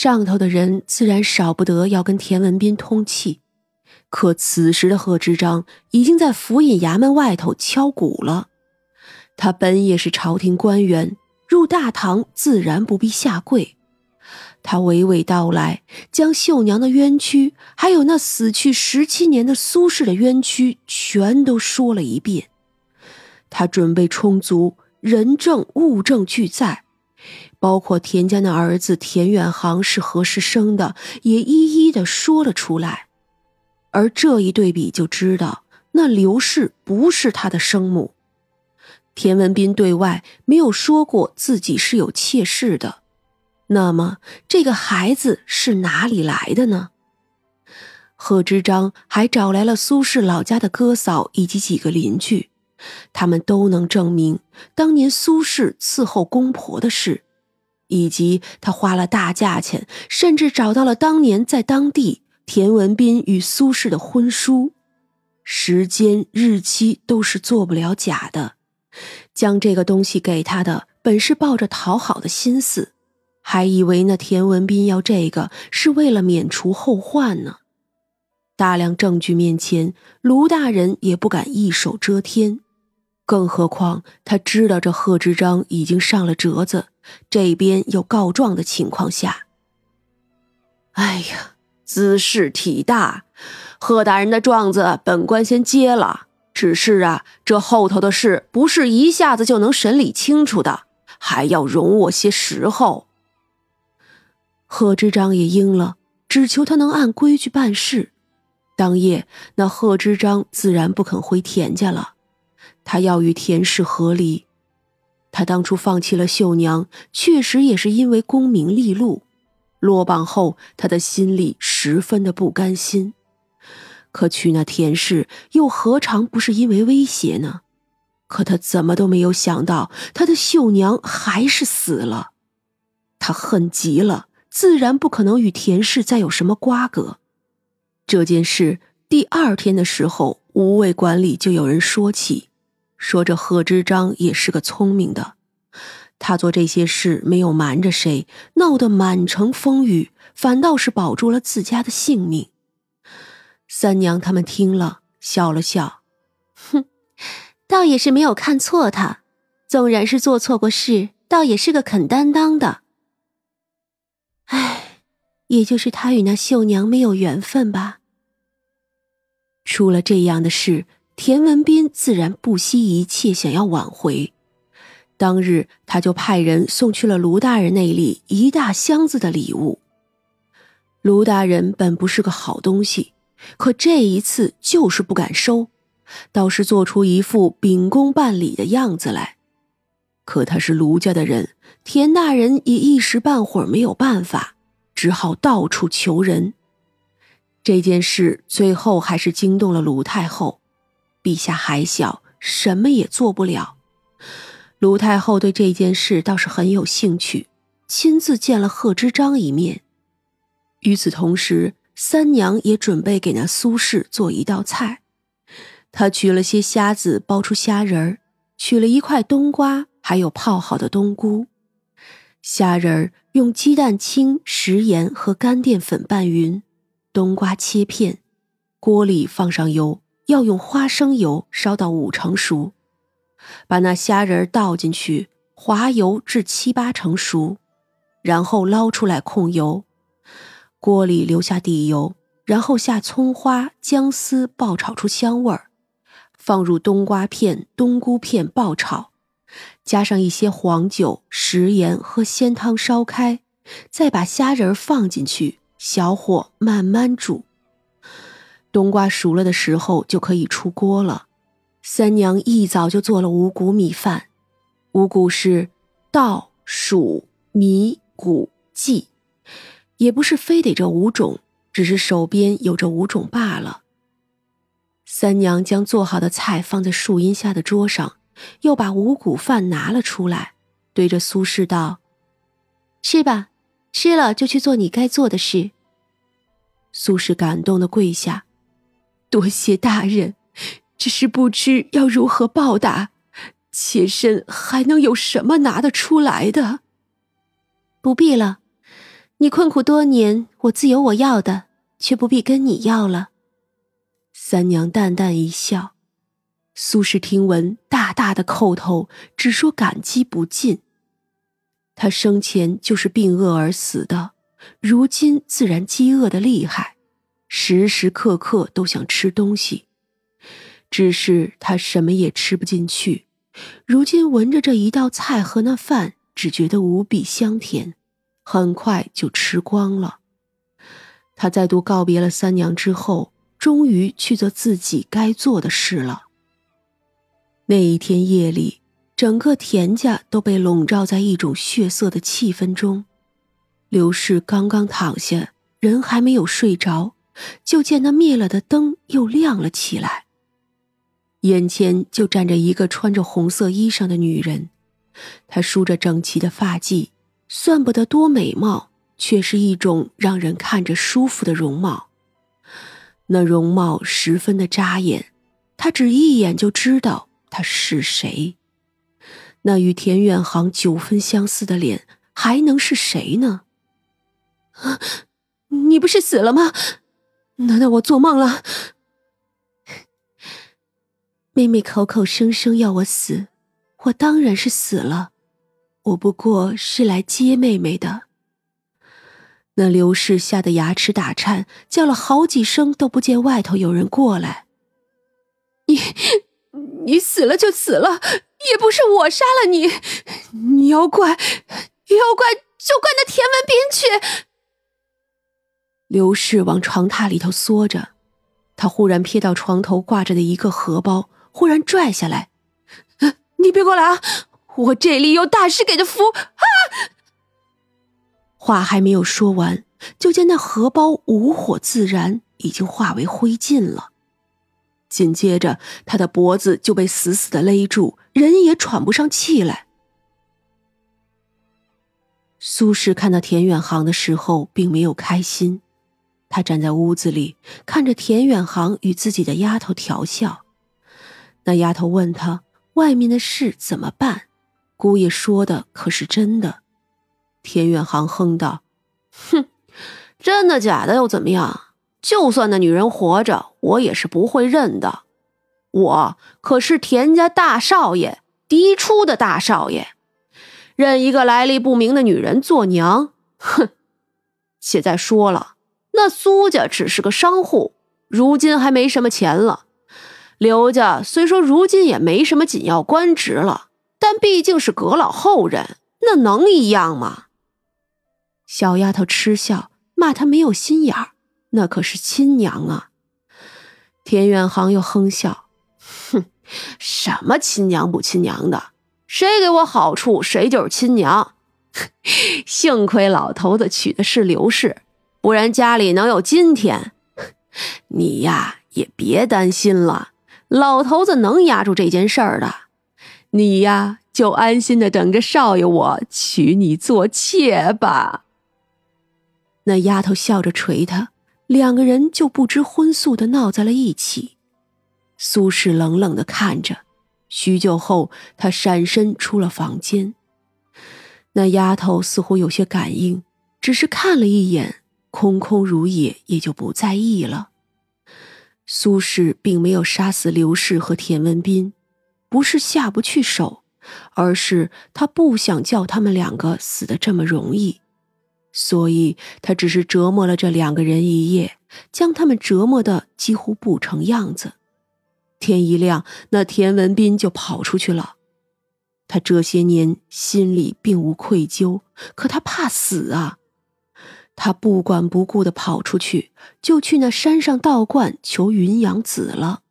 上头的人自然少不得要跟田文斌通气，可此时的贺知章已经在府尹衙门外头敲鼓了。他本也是朝廷官员，入大堂自然不必下跪。他娓娓道来，将秀娘的冤屈，还有那死去17年的苏轼的冤屈全都说了一遍。他准备充足，人证物证俱在，包括田家的儿子田远航是何时生的，也一一的说了出来。而这一对比就知道，那刘氏不是他的生母。田文斌对外没有说过自己是有妾室的，那么这个孩子是哪里来的呢？贺知章还找来了苏轼老家的哥嫂以及几个邻居，他们都能证明当年苏轼伺候公婆的事，以及他花了大价钱，甚至找到了当年在当地田文斌与苏轼的婚书，时间日期都是做不了假的。将这个东西给他的本是抱着讨好的心思，还以为那田文斌要这个是为了免除后患呢。大量证据面前，卢大人也不敢一手遮天，更何况他知道这贺知章已经上了折子，这边有告状的情况下，哎呀，姿势体大，贺大人的状子本官先接了，只是这后头的事不是一下子就能审理清楚的，还要容我些时候。贺知章也应了，只求他能按规矩办事。当夜，那贺知章自然不肯回田家了，他要与田氏和离。他当初放弃了秀娘，确实也是因为功名利禄，落榜后他的心里十分的不甘心。可娶那田氏又何尝不是因为威胁呢？可他怎么都没有想到，他的秀娘还是死了。他恨极了，自然不可能与田氏再有什么瓜葛。这件事第2天的时候，无卫馆里就有人说起，说这贺知章也是个聪明的，他做这些事没有瞒着谁，闹得满城风雨，反倒是保住了自家的性命。三娘他们听了笑了笑，哼，倒也是没有看错他，纵然是做错过事，倒也是个肯担当的。唉，也就是他与那秀娘没有缘分吧。出了这样的事，田文斌自然不惜一切想要挽回。当日他就派人送去了卢大人那里一大箱子的礼物。卢大人本不是个好东西，可这一次就是不敢收，倒是做出一副秉公办理的样子来。可他是卢家的人，田大人也一时半会儿没有办法，只好到处求人。这件事最后还是惊动了鲁太后，陛下还小，什么也做不了。鲁太后对这件事倒是很有兴趣，亲自见了贺知章一面。与此同时，三娘也准备给那苏轼做一道菜。她取了些虾子包出虾仁儿，取了一块冬瓜，还有泡好的冬菇。虾仁儿用鸡蛋清、食盐和干淀粉拌匀，冬瓜切片，锅里放上油，要用花生油烧到5成熟，把那虾仁倒进去，滑油至7、8成熟，然后捞出来控油，锅里留下底油，然后下葱花、姜丝爆炒出香味儿，放入冬瓜片、冬菇片爆炒，加上一些黄酒、食盐和鲜汤烧开，再把虾仁放进去，小火慢慢煮。冬瓜熟了的时候就可以出锅了。三娘一早就做了五谷米饭，五谷是稻、黍、米、谷、稷，也不是非得这5种，只是手边有这5种罢了。三娘将做好的菜放在树荫下的桌上，又把五谷饭拿了出来，对着苏轼道：“吃吧，吃了就去做你该做的事。”苏轼感动地跪下：“多谢大人，只是不知要如何报答，妾身还能有什么拿得出来的？”“不必了， 你困苦多年，我自有我要的，却不必跟你要了。三娘淡淡一笑。苏轼听闻，大大的叩头，只说感激不尽。他生前就是病饿而死的，如今自然饥饿的厉害，时时刻刻都想吃东西，只是他什么也吃不进去。如今闻着这一道菜和那饭，只觉得无比香甜，很快就吃光了。他再度告别了三娘之后，终于去做自己该做的事了。那一天夜里，整个田家都被笼罩在一种血色的气氛中。刘氏刚刚躺下，人还没有睡着，就见那灭了的灯又亮了起来。眼前就站着一个穿着红色衣裳的女人，她梳着整齐的发髻，算不得多美貌，却是一种让人看着舒服的容貌。那容貌十分的扎眼，他只一眼就知道他是谁。那与田远航9分相似的脸，还能是谁呢？你不是死了吗？难道我做梦了？妹妹口口声声要我死，我当然是死了，我不过是来接妹妹的。那刘氏吓得牙齿打颤，叫了好几声都不见外头有人过来。你死了就死了，也不是我杀了你，你要怪就怪那田文斌去。刘氏往床榻里头缩着，他忽然瞥到床头挂着的一个荷包，忽然拽下来。你别过来啊，我这里有大师给的符啊！话还没有说完，就见那荷包无火自燃，已经化为灰烬了。紧接着他的脖子就被死死地勒住，人也喘不上气来。苏轼看到田远航的时候并没有开心，他站在屋子里看着田远航与自己的丫头调笑。那丫头问他外面的事怎么办，姑爷说的可是真的？田远航哼道：哼，真的假的又怎么样？就算那女人活着，我也是不会认的。我可是田家大少爷，嫡出的大少爷，认一个来历不明的女人做娘，哼！且再说了，那苏家只是个商户，如今还没什么钱了。刘家虽说如今也没什么紧要官职了，但毕竟是阁老后人，那能一样吗？小丫头嗤笑，骂她没有心眼儿，那可是亲娘啊。田远航又哼笑，哼，什么亲娘不亲娘的，谁给我好处谁就是亲娘。幸亏老头子娶的是刘氏，不然家里能有今天。你呀也别担心了，老头子能压住这件事儿的。你呀就安心的等着少爷我娶你做妾吧。那丫头笑着捶他，两个人就不知荤素的闹在了一起。苏轼冷冷地看着，许久后他闪身出了房间。那丫头似乎有些感应，只是看了一眼，空空如也，也就不在意了。苏轼并没有杀死刘氏和田文斌，不是下不去手，而是他不想叫他们两个死得这么容易。所以他只是折磨了这两个人一夜，将他们折磨得几乎不成样子。天一亮，那田文斌就跑出去了。他这些年心里并无愧疚，可他怕死啊。他不管不顾地跑出去，就去那山上道观求云阳子了。